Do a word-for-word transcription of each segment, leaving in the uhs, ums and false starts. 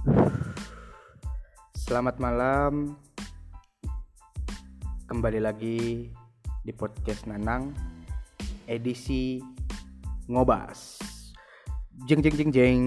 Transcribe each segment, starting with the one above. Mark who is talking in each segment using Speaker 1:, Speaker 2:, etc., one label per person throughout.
Speaker 1: Selamat malam. Kembali lagi di podcast Nanang edisi Ngobas. Jeng jeng jeng jeng.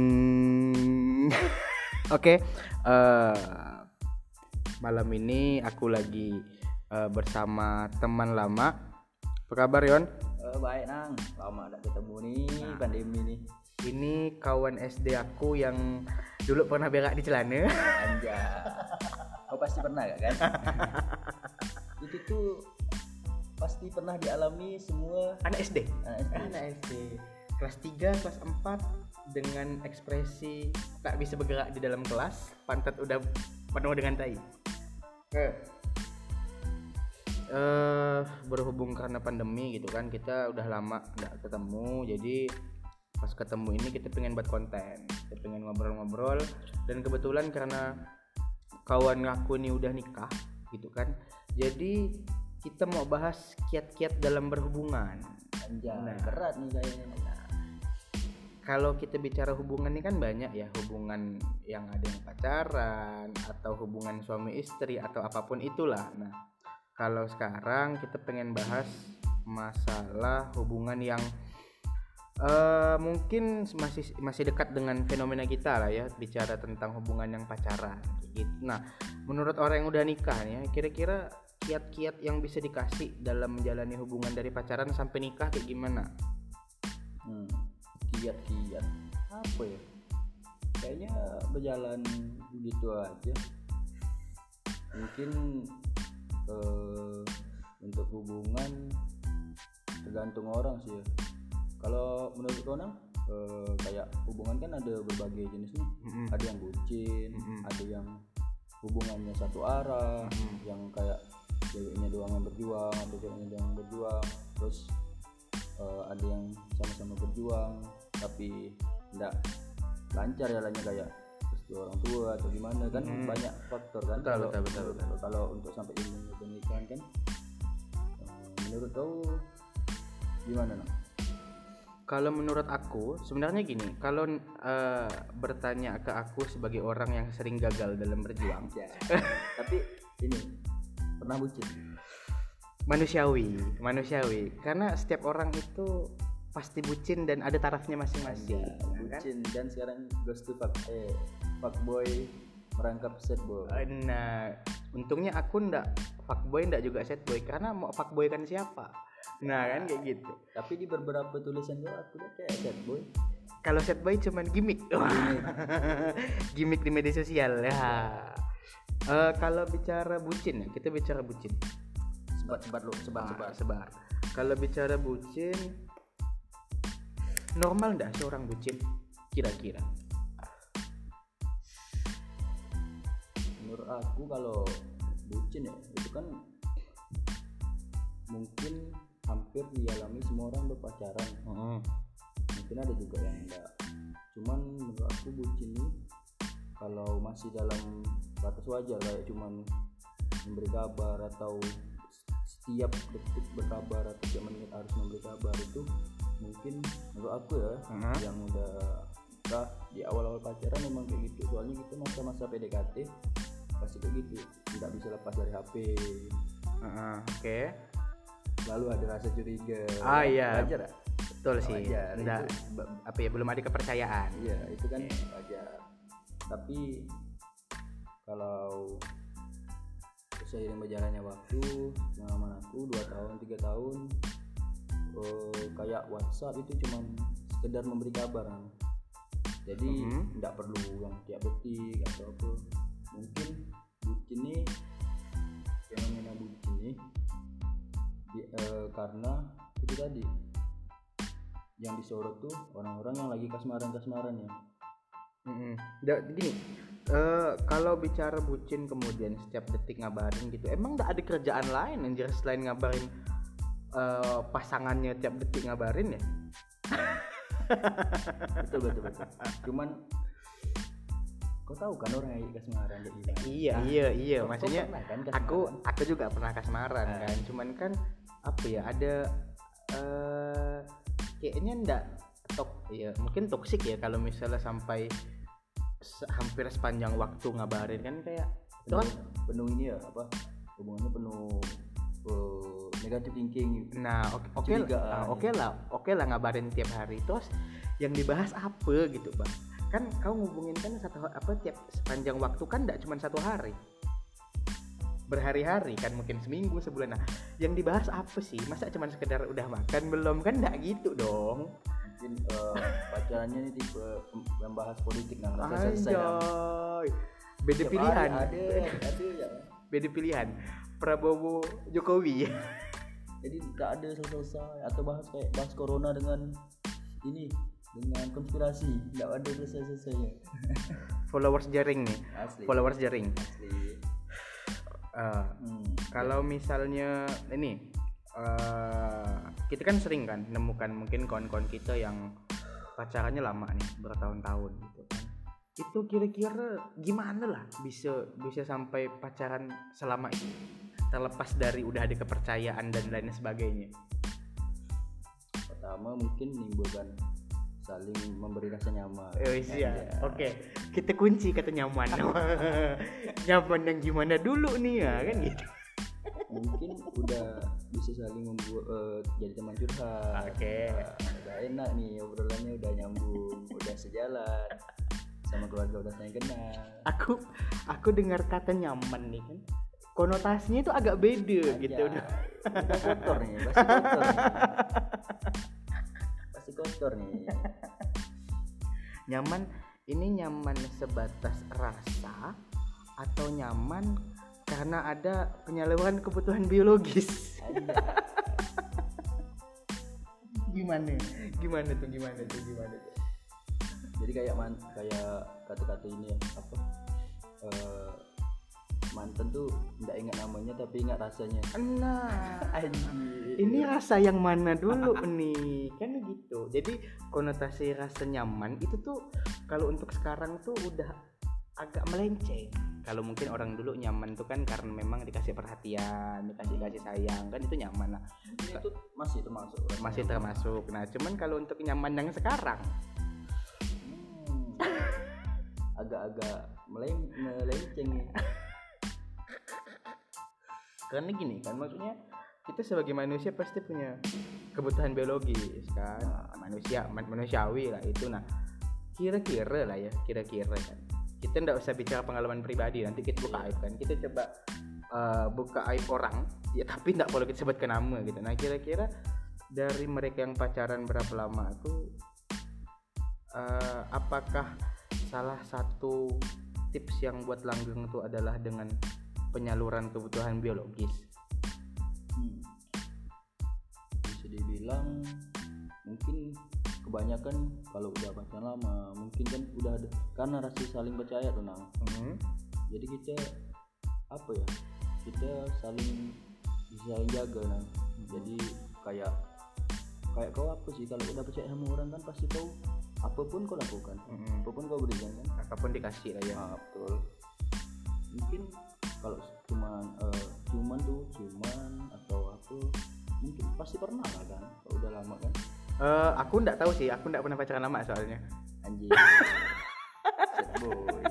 Speaker 1: Oke, uh, malam ini aku lagi uh, bersama teman lama. Apa kabar, Yon?
Speaker 2: Uh, baik Nang, lama tak ketemu nih, nah, pandemi nih.
Speaker 1: Ini kawan S D aku yang dulu pernah berak di celana.
Speaker 2: Anjay. Kau pasti pernah gak kan? Itu tuh pasti pernah dialami semua
Speaker 1: anak S D.
Speaker 2: Anak S D.
Speaker 1: Anak S D. Kelas tiga, kelas empat dengan ekspresi tak bisa bergerak di dalam kelas, pantat udah penuh dengan tai. Eh. Uh, berhubung karena pandemi gitu kan, kita udah lama nggak ketemu, jadi pas ketemu ini kita pengen buat konten, kita pengen ngobrol-ngobrol, dan kebetulan karena kawan aku ini udah nikah gitu kan, jadi kita mau bahas kiat-kiat dalam berhubungan.
Speaker 2: Anjay, nah, berat nih kayaknya. Nah,
Speaker 1: kalau kita bicara hubungan ini kan banyak ya, hubungan yang ada yang pacaran atau hubungan suami istri atau apapun itulah. Nah, kalau sekarang kita pengen bahas masalah hubungan yang Uh, mungkin masih masih dekat dengan fenomena kita lah ya, bicara tentang hubungan yang pacaran gitu. Nah, menurut orang yang udah nikah nih ya, kira-kira kiat-kiat yang bisa dikasih dalam menjalani hubungan dari pacaran sampai nikah kayak gimana?
Speaker 2: Hmm, kiat-kiat apa ya? Kayaknya berjalan gitu aja. Mungkin uh, untuk hubungan tergantung orang sih ya. Kalau menurut kau Nang, eh, kayak hubungan kan ada berbagai jenis nih. Mm-hmm. Ada yang bucin, mm-hmm. ada yang hubungannya satu arah, mm-hmm. yang kayak ceweknya doang yang berjuang, ada ceweknya doang yang berjuang. Terus eh, ada yang sama-sama berjuang tapi enggak lancar jalannya, kayak terus dua orang tua atau gimana kan, mm-hmm. banyak faktor kan.
Speaker 1: Betul,
Speaker 2: kalau,
Speaker 1: betul, betul, betul, betul.
Speaker 2: Kalau untuk sampai ini pernikahan kan, eh, menurut kau gimana Nang?
Speaker 1: Kalau menurut aku sebenarnya gini, kalau uh, bertanya ke aku sebagai orang yang sering gagal dalam berjuang,
Speaker 2: ya, tapi ini pernah bucin,
Speaker 1: manusiawi, manusiawi, karena setiap orang itu pasti bucin dan ada tarafnya masing-masing.
Speaker 2: Ya, bucin kan? Dan sekarang ghost to fuck, eh fuckboy merangkap set boy.
Speaker 1: Nah, untungnya aku ndak fuckboy, ndak juga set boy, karena mau fuckboy kan siapa? Nah kan kayak gitu.
Speaker 2: Tapi di beberapa tulisan gue aku lihat kayak set boy.
Speaker 1: Kalau set boy cuman gimmick. Gimmick di media sosial ya. Uh, kalau bicara bucin ya, kita bicara bucin.
Speaker 2: Sebat-sebat lu, sebat-sebat.
Speaker 1: Ah, sebat. Kalau bicara bucin, normal enggak seorang bucin kira-kira?
Speaker 2: Menurut aku kalau bucin ya, itu kan mungkin hampir dialami semua orang berpacaran.
Speaker 1: Uh-huh.
Speaker 2: Mungkin ada juga yang enggak. Cuman menurut aku bucin ini kalau masih dalam batas wajar, kayak cuman memberi kabar atau setiap detik berkabar atau setiap menit harus memberi kabar, itu mungkin menurut aku ya, uh-huh. yang udah udah di awal-awal pacaran memang kayak gitu. Soalnya kita masa-masa P D K T pasti kayak gitu, tidak bisa lepas dari H P.
Speaker 1: Uh-huh. Oke. Okay.
Speaker 2: Lalu ada rasa curiga.
Speaker 1: Ah iya.
Speaker 2: Wajar ya?
Speaker 1: Betul sih.
Speaker 2: Wajar.
Speaker 1: Nggak,
Speaker 2: itu,
Speaker 1: apa ya, belum ada kepercayaan.
Speaker 2: Iya, itu kan
Speaker 1: yeah.
Speaker 2: wajar. Tapi kalau seiring berjalannya waktu, pengalaman aku dua tahun, tiga tahun, oh, kayak WhatsApp itu cuman sekedar memberi kabar. Jadi enggak uh-huh. perlu yang tiap detik atau apa. Mungkin bucin nih, fenomena bucin nih Di, uh, karena itu tadi yang disorot tuh orang-orang yang lagi kasmaran-kasmaran ya.
Speaker 1: Mm-hmm. Da, gini, uh, kalau bicara bucin kemudian setiap detik ngabarin gitu, emang gak ada kerjaan lain anjir selain ngabarin uh, pasangannya tiap detik ngabarin ya?
Speaker 2: betul betul betul. Cuman kau tahu kan orang yang kasmaran kayak gitu.
Speaker 1: Iya nah, iya iya, maksudnya kan aku aku juga pernah kasmaran nah. kan, cuman kan apa ya, ada uh, kayaknya enggak tok ya, mungkin toksik ya kalau misalnya sampai se- hampir sepanjang waktu ngabarin kan kayak itu
Speaker 2: penuh,
Speaker 1: kan.
Speaker 2: penuh ini ya apa hubungannya penuh uh, negatif thinking.
Speaker 1: Nah oke oke
Speaker 2: Curigaan.
Speaker 1: lah oke lah oke lah ngabarin tiap hari, terus yang dibahas apa gitu bang? Kan kau ngubungin kan satu apa tiap sepanjang waktu kan tidak cuma satu hari, berhari-hari kan, mungkin seminggu sebulan. Nah yang dibahas apa sih? Masa cuma sekedar udah makan belum, kan tidak gitu dong.
Speaker 2: Mungkin uh, pacarannya ini tipe yang bahas politik nggak selesai.
Speaker 1: Anjay, beda
Speaker 2: Tiap
Speaker 1: pilihan,
Speaker 2: hari ada ada ya.
Speaker 1: beda pilihan Prabowo Jokowi.
Speaker 2: Jadi nggak ada selesai, atau bahas kayak bahas corona dengan ini dengan konspirasi, nggak ada selesai-selesainya.
Speaker 1: Followers jaring nih,
Speaker 2: Asli.
Speaker 1: followers jaring.
Speaker 2: Asli.
Speaker 1: Uh,
Speaker 2: Hmm.
Speaker 1: Kalau misalnya ini uh, kita kan sering kan nemukan mungkin kawan-kawan kita yang pacarannya lama nih, bertahun-tahun gitu kan. Itu kira-kira gimana lah bisa bisa sampai pacaran selama itu, terlepas dari udah ada kepercayaan dan lain sebagainya.
Speaker 2: Pertama mungkin menimbulkan saling memberi rasa nyaman.
Speaker 1: Oh iya, oke. Kita kunci kata nyaman. Nyaman yang gimana dulu nih ya kan gitu.
Speaker 2: Mungkin udah bisa saling membuat uh, jadi teman curhat.
Speaker 1: Oke.
Speaker 2: Uh, udah enak nih obrolannya, udah nyambung, udah sejalan, sama keluarga udah saling kenal.
Speaker 1: Aku aku dengar kata nyaman nih kan, konotasinya itu agak beda
Speaker 2: Aja.
Speaker 1: gitu.
Speaker 2: Udah kotor nih, pasti kotor nih. Pasti kotor nih.
Speaker 1: Nyaman ini nyaman sebatas rasa atau nyaman karena ada penyaluran kebutuhan biologis. Gimana? Gimana tuh? Gimana tuh? Gimana tuh?
Speaker 2: Jadi kayak man, kayak kata-kata ini ya, apa? Uh, mantan tuh nggak ingat namanya tapi ingat rasanya.
Speaker 1: Nah,
Speaker 2: Anjir.
Speaker 1: ini rasa yang mana dulu nih? Kan gitu. Jadi konotasi rasa nyaman itu tuh kalau untuk sekarang tuh udah agak melenceng. Kalau mungkin orang dulu nyaman tuh kan karena memang dikasih perhatian, dikasih kasih sayang, kan itu nyaman lah.
Speaker 2: Ini itu masih termasuk rasa
Speaker 1: Masih
Speaker 2: nyaman.
Speaker 1: termasuk. Nah, cuman kalau untuk nyaman yang sekarang
Speaker 2: Hmm. Agak-agak meleng- melenceng nih.
Speaker 1: karena gini kan, maksudnya kita sebagai manusia pasti punya kebutuhan biologis kan, manusia man- manusiawi lah itu. Nah kira-kira lah ya, kira-kira kan kita nggak usah bicara pengalaman pribadi, nanti kita buka aib kan, kita coba uh, buka aib orang ya, tapi nggak perlu kita sebutkan nama gitu. Nah kira-kira dari mereka yang pacaran berapa lama itu uh, apakah salah satu tips yang buat langgeng itu adalah dengan penyaluran kebutuhan biologis?
Speaker 2: Hmm. Bisa dibilang mungkin kebanyakan kalau udah pacaran lama mungkin kan udah ada karena rasa saling percaya tuh Nang.
Speaker 1: Mm-hmm.
Speaker 2: Jadi kita apa ya, kita saling bisa saling jaga Nang. Jadi kayak kayak kau apa sih, kalau udah percaya sama orang kan pasti kau apapun kau lakukan,
Speaker 1: Mm-hmm.
Speaker 2: apapun kau berikan kan.
Speaker 1: Apapun dikasih lah ya.
Speaker 2: Nah, betul. Mungkin kalau cuman uh, cuman tuh cuman atau apa mungkin pasti pernah lah kan kalau udah lama kan.
Speaker 1: Uh, aku nggak tahu sih, aku nggak pernah pacaran lama soalnya.
Speaker 2: Anjing. Sad boy.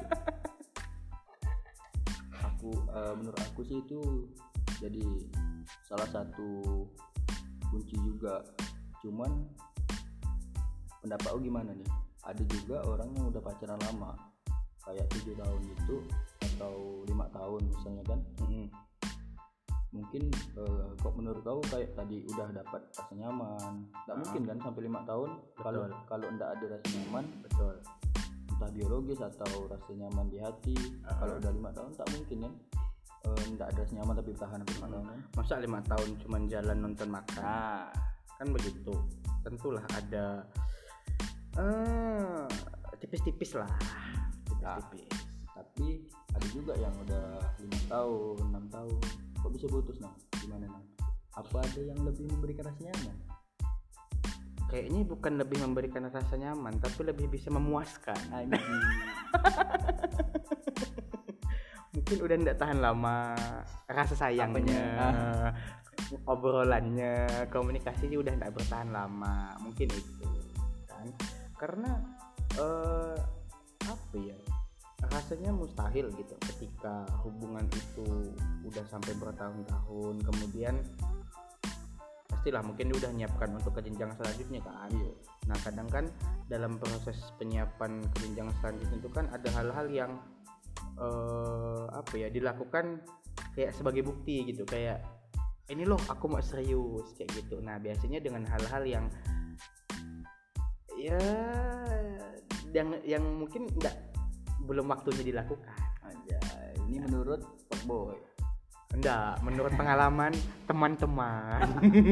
Speaker 2: Aku uh, menurut aku sih itu jadi salah satu kunci juga. Cuman pendapat aku gimana nih? Ada juga orang yang udah pacaran lama kayak tujuh tahun gitu atau lima tahun misalnya kan.
Speaker 1: Mm-hmm.
Speaker 2: Mungkin uh, kok menurut kau kayak tadi udah dapat rasa nyaman, nggak
Speaker 1: Uh-huh.
Speaker 2: mungkin kan sampai lima tahun kalau
Speaker 1: Betul.
Speaker 2: kalau nggak ada rasa nyaman,
Speaker 1: Betul.
Speaker 2: entah biologis atau rasa nyaman di hati.
Speaker 1: Uh-huh.
Speaker 2: Kalau udah lima tahun tak mungkin kan uh, nggak ada rasa nyaman tapi bertahan sampai lima tahun kan.
Speaker 1: Masa lima tahun cuman jalan nonton makan?
Speaker 2: Nah,
Speaker 1: Kan begitu. Tentulah ada uh, tipis-tipis lah. Tipis-tipis.
Speaker 2: tapi ada juga yang udah lima tahun, enam tahun, kok bisa putus Nang? Gimana Nang? Apa ada yang lebih memberikan rasa nyaman?
Speaker 1: Kayaknya bukan lebih memberikan rasa nyaman, tapi lebih bisa memuaskan.
Speaker 2: Anjing.
Speaker 1: Mungkin udah nggak tahan lama rasa sayangnya, obrolannya, komunikasinya udah nggak bertahan lama, mungkin itu kan. Karena uh, apa ya, rasanya mustahil gitu ketika hubungan itu udah sampai bertahun-tahun, kemudian pastilah mungkin dia udah nyiapkan untuk ke jenjang selanjutnya kan.
Speaker 2: Iya.
Speaker 1: Nah kadang kan dalam proses penyiapan ke jenjang selanjutnya itu kan ada hal-hal yang eh, apa ya dilakukan kayak sebagai bukti gitu, kayak ini loh aku mau serius kayak gitu. Nah biasanya dengan hal-hal yang ya yang yang mungkin enggak belum waktunya dilakukan
Speaker 2: aja. Ini menurut fuckboy.
Speaker 1: enggak, menurut pengalaman teman-teman.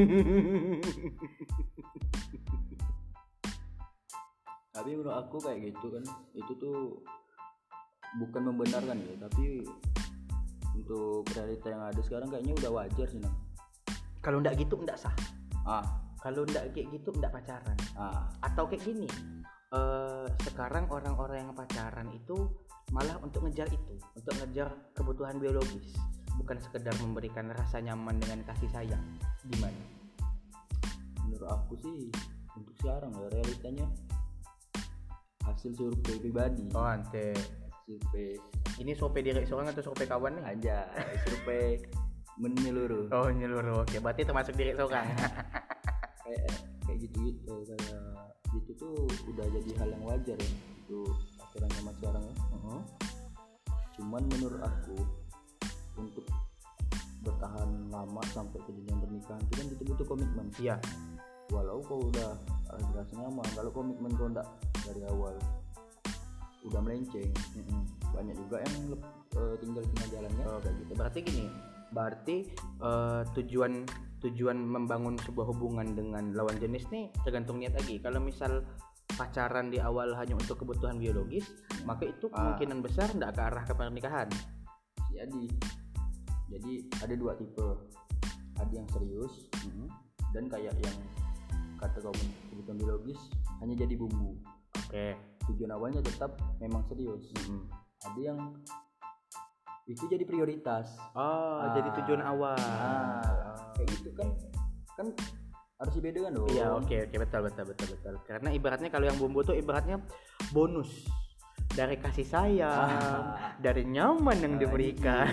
Speaker 2: Tapi menurut aku kayak gitu kan, itu tuh bukan membenarkan ya, tapi untuk realita yang ada sekarang kayaknya udah wajar sih, Nang.
Speaker 1: Kalau enggak gitu enggak sah.
Speaker 2: Ah,
Speaker 1: Kalau enggak kayak gitu enggak pacaran.
Speaker 2: ah,
Speaker 1: Atau kayak gini, eh, sekarang orang-orang yang pacaran itu malah untuk ngejar itu, untuk ngejar kebutuhan biologis, bukan sekedar memberikan rasa nyaman dengan kasih sayang. Gimana?
Speaker 2: menurut aku sih untuk sekarang ya realitanya hasil survei pribadi.
Speaker 1: Oh ante,
Speaker 2: Survei
Speaker 1: ini survei diri seorang atau survei kawan nih?
Speaker 2: aja, survei menyeluruh.
Speaker 1: Oh nyeluruh, oke, berarti termasuk diri seorang.
Speaker 2: Kayak kayak gitu-gitu, kayak gitu tuh udah jadi hal yang wajar ya untuk pacaran zaman sekarang ya.
Speaker 1: Uh-huh.
Speaker 2: Cuman menurut aku untuk bertahan lama sampai ke jenjang pernikahan itu kan kita butuh komitmen.
Speaker 1: Iya.
Speaker 2: Walau kau udah uh, dirasa nyaman, kalau komitmen kau enggak dari awal udah melenceng,
Speaker 1: Mm-mm.
Speaker 2: banyak juga yang lep- uh, tinggal tengah jalannya.
Speaker 1: Oh kayak gitu. Berarti gini, berarti eh, tujuan tujuan membangun sebuah hubungan dengan lawan jenis nih tergantung niat lagi. Kalau misal pacaran di awal hanya untuk kebutuhan biologis, maka itu
Speaker 2: Ah.
Speaker 1: kemungkinan besar tidak ke arah ke pernikahan.
Speaker 2: Jadi jadi ada dua tipe, ada yang serius dan kayak yang kata kau kebutuhan biologis hanya jadi bumbu.
Speaker 1: Oke.
Speaker 2: Tujuan awalnya tetap memang serius.
Speaker 1: Mm-mm.
Speaker 2: Ada yang itu jadi prioritas.
Speaker 1: Oh,
Speaker 2: Ah.
Speaker 1: jadi tujuan awal.
Speaker 2: Nah, kayak gitu kan kan harus dibedakan dong.
Speaker 1: Iya, oke oke betul betul betul betul. Karena ibaratnya kalau yang bumbu tuh ibaratnya bonus dari kasih sayang,
Speaker 2: Ah.
Speaker 1: dari nyaman yang
Speaker 2: Ah,
Speaker 1: diberikan.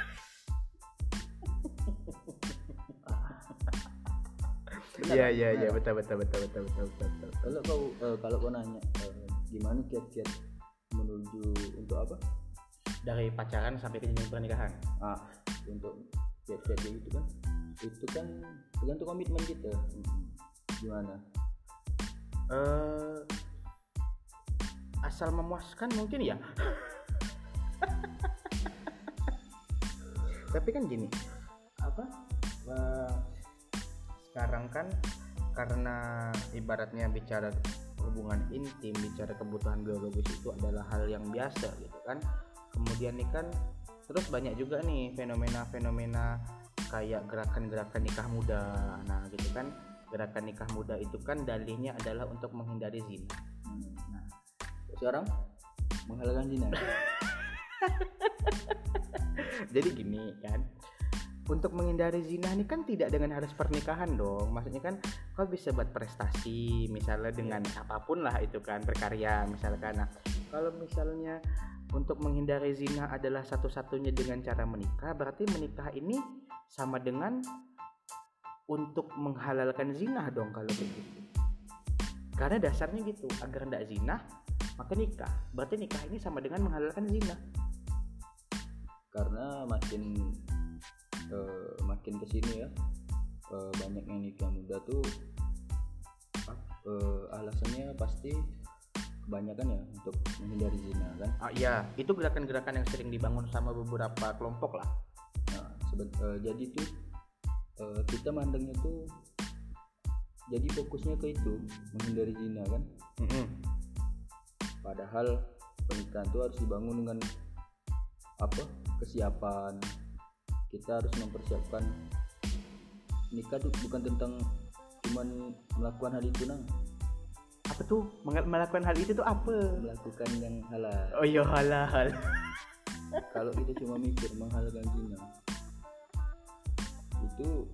Speaker 2: Benar,
Speaker 1: Iya iya
Speaker 2: benar.
Speaker 1: iya betul betul betul betul betul betul. betul.
Speaker 2: Kalau kau eh, kalau kau nanya eh, gimana kiat-kiat menuju untuk apa?
Speaker 1: Dari pacaran sampai ke jenjang pernikahan.
Speaker 2: Ah, untuk kiat-kiat kayak gitu kan. Itu kan tergantung komitmen kita. Gimana?
Speaker 1: Eh asal memuaskan mungkin ya. Tapi kan gini, apa? eh, sekarang kan karena ibaratnya bicara hubungan intim, bicara kebutuhan biologis itu adalah hal yang biasa gitu kan. Kemudian nih kan terus banyak juga nih fenomena-fenomena kayak gerakan-gerakan nikah muda. Nah gitu kan, gerakan nikah muda itu kan dalihnya adalah untuk menghindari zina.
Speaker 2: Hmm. Nah, sekarang menghalalkan zina.
Speaker 1: Jadi gini kan, untuk menghindari zina ini kan tidak dengan harus pernikahan dong. Maksudnya kan kau bisa buat prestasi misalnya dengan apapun lah itu kan, berkarya misalkan. Nah kalau misalnya untuk menghindari zina adalah satu-satunya dengan cara menikah, berarti menikah ini sama dengan untuk menghalalkan zina dong kalau begitu. Karena dasarnya gitu, agar tidak zina maka nikah. Berarti nikah ini sama dengan menghalalkan zina.
Speaker 2: Karena makin eh, makin kesini ya eh, banyak yang nikah muda tuh eh, alasannya pasti kebanyakan ya untuk menghindari zina kan.
Speaker 1: Ah, iya, itu gerakan-gerakan yang sering dibangun sama beberapa kelompok lah.
Speaker 2: Nah, seben- eh, jadi tuh eh, kita mandangnya tuh jadi fokusnya ke itu menghindari zina kan.
Speaker 1: Mm-mm.
Speaker 2: Padahal pernikahan tuh harus dibangun dengan apa? Kesiapan. Kita harus mempersiapkan nikah tuh bukan tentang cuman melakukan hal itu nang,
Speaker 1: Apa tuh Meng- melakukan hal itu tuh apa?
Speaker 2: melakukan yang halal.
Speaker 1: Oh iya halal.
Speaker 2: Kalau kita cuma mikir menghalalkan zina itu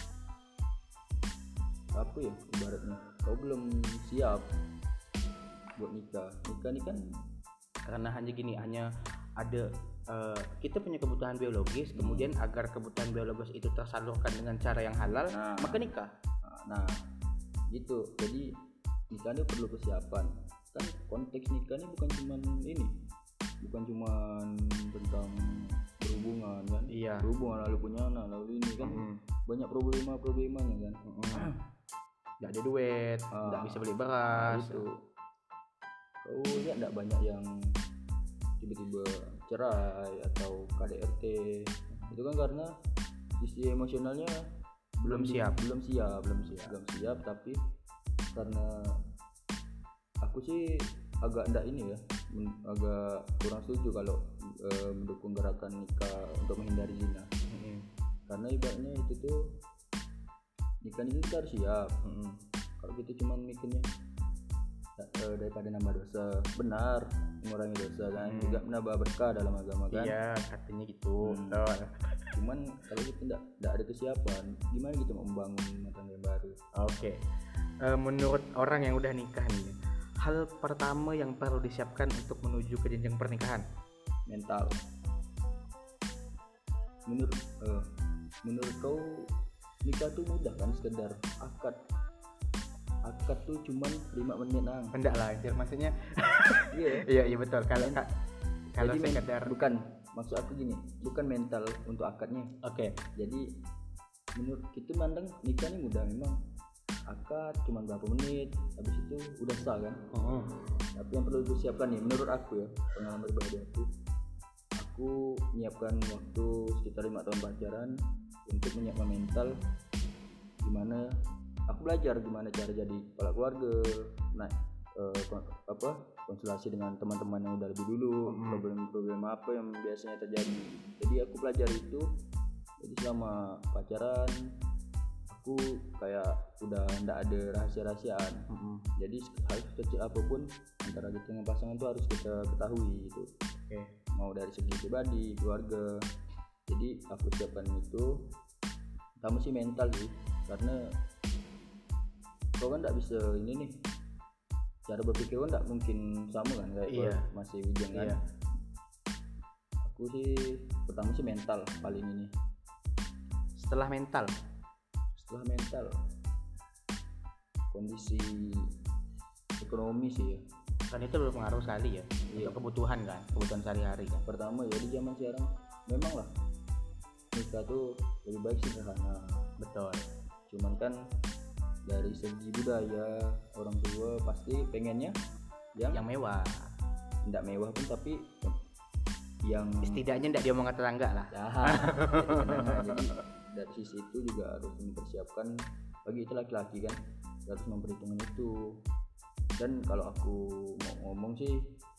Speaker 2: apa ya ibaratnya kau belum siap buat nikah. Nikah ini kan
Speaker 1: karena hanya gini, hanya ada uh, kita punya kebutuhan biologis, hmm. kemudian agar kebutuhan biologis itu tersalurkan dengan cara yang halal, nah, maka nikah.
Speaker 2: Nah, gitu. Jadi nikah itu perlu persiapan. Kan konteks nikah ini bukan cuma ini, bukan cuma tentang berhubungan kan.
Speaker 1: Iya.
Speaker 2: Berhubungan lalu punya anak lalu ini kan, mm-hmm. banyak problema-problemanya kan.
Speaker 1: Mm-hmm. Gak ada duit, ah, gak bisa beli beras.
Speaker 2: Itu. Kau lihat gak banyak yang tiba-tiba cerai atau K D R T. Itu kan karena sisi emosionalnya belum,
Speaker 1: belum siap,
Speaker 2: belum siap, belum siap, belum siap. Tapi karena aku sih agak enggak ini ya, agak kurang setuju kalau e, mendukung gerakan nikah untuk menghindari zina. Mm-hmm. Karena ibaratnya itu tuh nikah itu kita harus siap. Mm-hmm. Kalau kita cuma mikirnya e, daripada nambah dosa, benar mengurangi dosa kan, mm. juga menambah berkah dalam agama kan.
Speaker 1: Iya, katanya gitu.
Speaker 2: Hmm. Oh. Cuman kalau kita enggak, enggak ada kesiapan, gimana kita mau membangun rumah tangga yang baru?
Speaker 1: Oke. Okay. Uh, menurut orang yang udah nikah nih, hal pertama yang perlu disiapkan untuk menuju ke jenjang pernikahan?
Speaker 2: Mental. Menurut uh, menurut kau nikah tuh mudah kan, sekedar akad. Akad tuh cuman lima menit nang.
Speaker 1: Enggak lah, anjir, maksudnya.
Speaker 2: Iya.
Speaker 1: Iya, iya betul. Kalau enggak kalau
Speaker 2: Jadi
Speaker 1: sekedar
Speaker 2: men- bukan maksud aku gini, bukan mental untuk akadnya.
Speaker 1: Oke. Okay.
Speaker 2: Jadi menurut kita mandang nikah ini mudah memang. Akad cuma berapa menit, habis itu udah sah kan. Uh-huh. Tapi yang perlu disiapkan nih, menurut aku ya, pengalaman pribadi aku, aku menyiapkan waktu sekitar lima tahun pacaran untuk menyiapkan mental. Gimana aku belajar gimana cara jadi kepala keluarga, nah eh, apa konsultasi dengan teman-teman yang udah lebih dulu, uh-huh. problem-problem apa yang biasanya terjadi. Jadi aku belajar itu. Jadi selama pacaran aku kayak udah ndak ada rahasia-rahasiaan. Mm-hmm. Jadi hal kecil apapun antara kita dengan pasangan tuh harus kita ketahui gitu. Oke. Okay. Mau dari segi pribadi, keluarga. Jadi aku siapkan itu. Pertama sih mental sih, karena kau kan ndak bisa ini nih. Cara berpikir kau ndak mungkin sama kan kayak
Speaker 1: iya.
Speaker 2: masih bujang kan. Iya. Aku sih pertama sih mental paling ini.
Speaker 1: Setelah mental
Speaker 2: Setelah mental, kondisi ekonomi sih ya.
Speaker 1: Kan itu berpengaruh sekali ya, iya. Untuk kebutuhan kan, kebutuhan sehari-hari kan.
Speaker 2: Pertama ya di zaman sekarang memang lah nikah tuh lebih baik sederhana.
Speaker 1: Betul.
Speaker 2: Cuman kan dari segi budaya orang tua pasti pengennya yang
Speaker 1: yang mewah.
Speaker 2: Enggak mewah pun tapi yang
Speaker 1: setidaknya enggak diomong tetangga lah.
Speaker 2: Ya, jadi dari sisi itu juga harus mempersiapkan, bagi itu laki-laki kan harus memperhitungkan itu. Dan kalau aku mau ngomong sih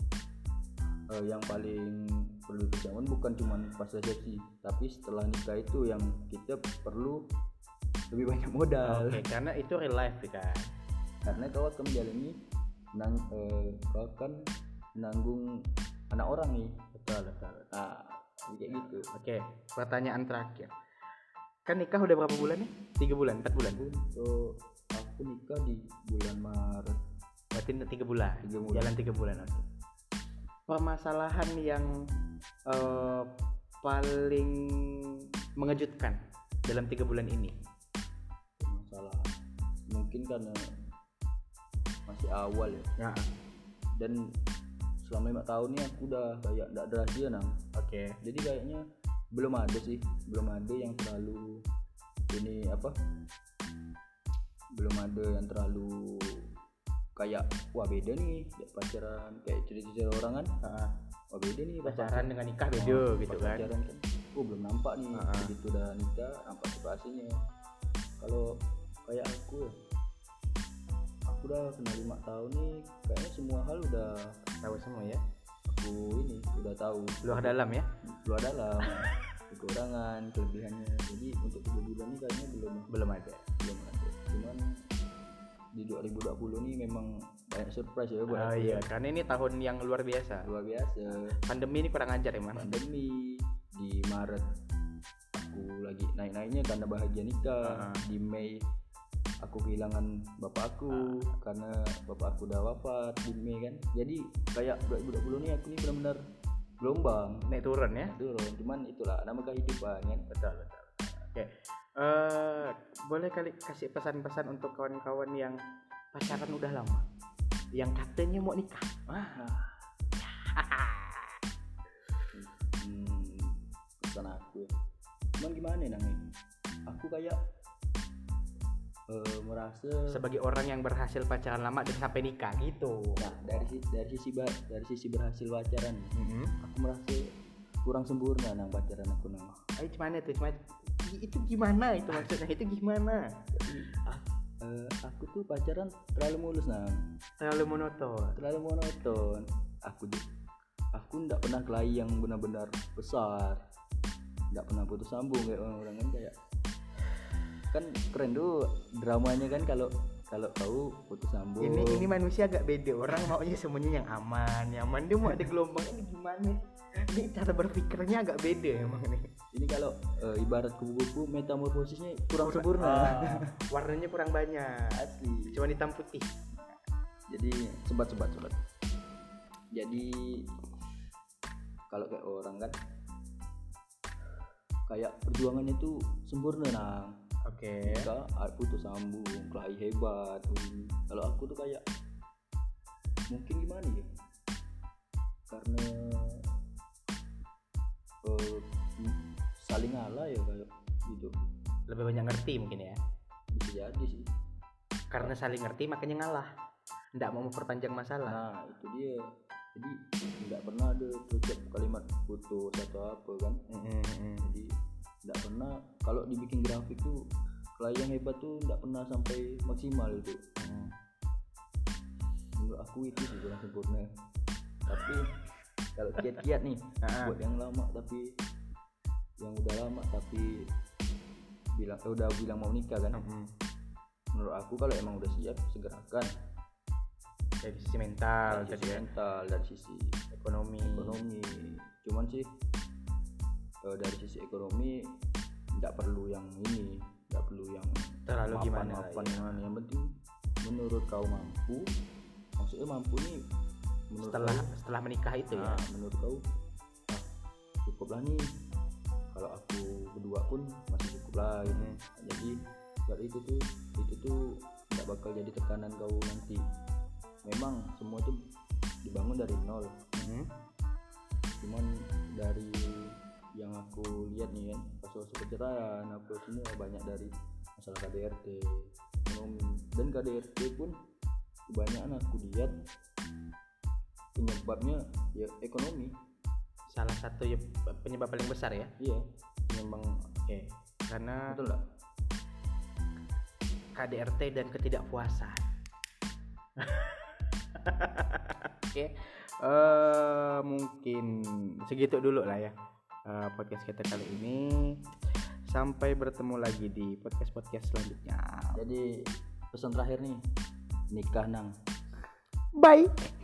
Speaker 2: eh, yang paling perlu dipersiapkan bukan cuma pas resepsi, tapi setelah nikah itu yang kita perlu lebih banyak modal.
Speaker 1: Oke, okay, karena itu real life kan.
Speaker 2: Karena kau akan menjalani nang, eh, kau akan menanggung anak orang nih.
Speaker 1: Betul, betul.
Speaker 2: Nah, kayak gitu.
Speaker 1: Oke, okay, pertanyaan terakhir. Kan nikah udah berapa bulan nih? Tiga bulan, empat bulan?
Speaker 2: So, aku nikah di bulan Maret.
Speaker 1: Berarti tiga bulan.
Speaker 2: Tiga bulan.
Speaker 1: Jalan tiga bulan. Oke. Okay. Permasalahan yang uh, paling mengejutkan dalam tiga bulan ini?
Speaker 2: Permasalahan mungkin karena masih awal ya.
Speaker 1: Ya.
Speaker 2: Dan selama lima tahun ini aku udah kayak nggak ada rahasia nang.
Speaker 1: Oke. Okay.
Speaker 2: Jadi kayaknya belum ada sih, belum ada yang terlalu ini apa? Belum ada yang terlalu kayak wah beda nih pacaran kayak cerita-cerita orang kan.
Speaker 1: Uh,
Speaker 2: wah beda nih
Speaker 1: pacaran dengan nikah beda oh, gitu kan.
Speaker 2: Pacaran kan. Oh belum nampak nih, uh, begitu udah nikah nampak situasinya. Kalau kayak aku ya, aku udah kenal lima tahun nih, kayaknya semua hal udah
Speaker 1: tahu semua ya.
Speaker 2: Aku ini udah tahu
Speaker 1: luar dalam ya,
Speaker 2: luar dalam kekurangan kelebihannya. Jadi untuk tiga bulan ini kayaknya belum
Speaker 1: belum ada
Speaker 2: belum ada cuman di dua ribu dua puluh ini memang banyak surprise ya buat
Speaker 1: oh iya ya. Karena ini tahun yang luar biasa
Speaker 2: luar biasa
Speaker 1: pandemi ini kurang ajar emang.
Speaker 2: Pandemi di Maret aku lagi naik-naiknya karena bahagia nikah. Uh-huh. Di Mei aku kehilangan bapakku uh. karena bapakku udah wafat di Mei kan. Jadi kayak dua ribu dua puluh nih aku nih benar-benar gelombang
Speaker 1: naik turun ya.
Speaker 2: Naik turun. Cuman itulah nama kehidupan kan.
Speaker 1: Betul betul. Oke. Uh, boleh kali kasih pesan-pesan untuk kawan-kawan yang pacaran udah lama, yang katanya mau nikah. Ah.
Speaker 2: hmm, pesan aku. Cuman gimana nang? Aku kayak uh, merasa
Speaker 1: sebagai orang yang berhasil pacaran lama dan sampai nikah gitu.
Speaker 2: Nah, dari dari sisi dari sisi berhasil pacaran,
Speaker 1: mm-hmm.
Speaker 2: aku merasa kurang sempurna nang pacaran aku nang.
Speaker 1: Ayo gimana tuh? Cuma itu gimana itu maksudnya? Itu gimana?
Speaker 2: ah, uh, aku tuh pacaran terlalu mulus nang.
Speaker 1: Terlalu monoton.
Speaker 2: Terlalu monoton. Aku aku enggak pernah kelahi yang benar-benar besar. Enggak pernah putus sambung kayak orang-orang kan kayak kan keren tuh dramanya kan kalau kalau tahu putus sambung.
Speaker 1: Ini ini manusia agak beda, orang maunya semuanya yang aman, nyaman. Dia mau ada gelombang ini gimana? Ini cara berpikirnya agak beda emang nih.
Speaker 2: Ini kalau uh, ibarat kupu-kupu metamorfosisnya kurang sempurna.
Speaker 1: Uh, warnanya kurang banyak.
Speaker 2: Asli.
Speaker 1: Cuma hitam putih.
Speaker 2: Jadi sebat-sebat sebat. Jadi kalau kayak orang kan kayak perjuangannya tuh sempurna nang.
Speaker 1: Oke. Okay.
Speaker 2: Kita putus sambung, kelahi hebat. Um. Kalau aku tuh kayak mungkin gimana ya? Karena uh, saling ngalah ya kayak gitu.
Speaker 1: Lebih banyak ngerti mungkin ya.
Speaker 2: Bisa jadi sih.
Speaker 1: Karena saling ngerti makanya ngalah. Nggak mau memperpanjang masalah.
Speaker 2: Nah itu dia. Jadi nggak pernah ada terucap kalimat putus atau apa kan.
Speaker 1: Mm-hmm.
Speaker 2: Jadi nggak pernah kalau dibikin grafik tuh klien yang hebat tuh nggak pernah sampai maksimal itu. Hmm. Menurut aku itu sih kurang sempurna. Tapi kalau kiat-kiat nih buat yang lama tapi yang udah lama tapi bilang eh, udah bilang mau nikah kan. Hmm. Menurut aku kalau emang udah siap segerakan.
Speaker 1: Dari sisi mental,
Speaker 2: dari sisi ya? mental, dari sisi
Speaker 1: ekonomi.
Speaker 2: Ekonomi. Cuman sih uh, dari sisi ekonomi nggak perlu yang ini, nggak perlu yang
Speaker 1: terlalu
Speaker 2: mapan,
Speaker 1: gimana
Speaker 2: mapan,
Speaker 1: ya.
Speaker 2: gimana. Yang penting menurut kau mampu, maksudnya mampu nih
Speaker 1: setelah
Speaker 2: kau,
Speaker 1: setelah menikah itu
Speaker 2: nah,
Speaker 1: ya.
Speaker 2: Menurut kau ah, cukup lah nih. Kalau aku berdua pun masih cukup lah gitu. Hmm. Jadi buat itu tuh itu tuh nggak bakal jadi tekanan kau nanti. Memang semua itu dibangun dari nol. Hmm. Cuman dari yang aku lihat nih kan kasus perceraian apa semua banyak dari masalah K D R T, ekonomi, dan K D R T pun kebanyakan aku lihat penyebabnya ya ekonomi.
Speaker 1: Salah satu ya, penyebab paling besar ya.
Speaker 2: Iya.
Speaker 1: Memang oke. Okay. Karena
Speaker 2: betul lah.
Speaker 1: K D R T dan ketidakpuasan. Oke, okay. uh, mungkin segitu dulu lah ya uh, podcast kita kali ini. Sampai bertemu lagi di podcast-podcast selanjutnya.
Speaker 2: Jadi pesan terakhir nih, nikah nang.
Speaker 1: Bye.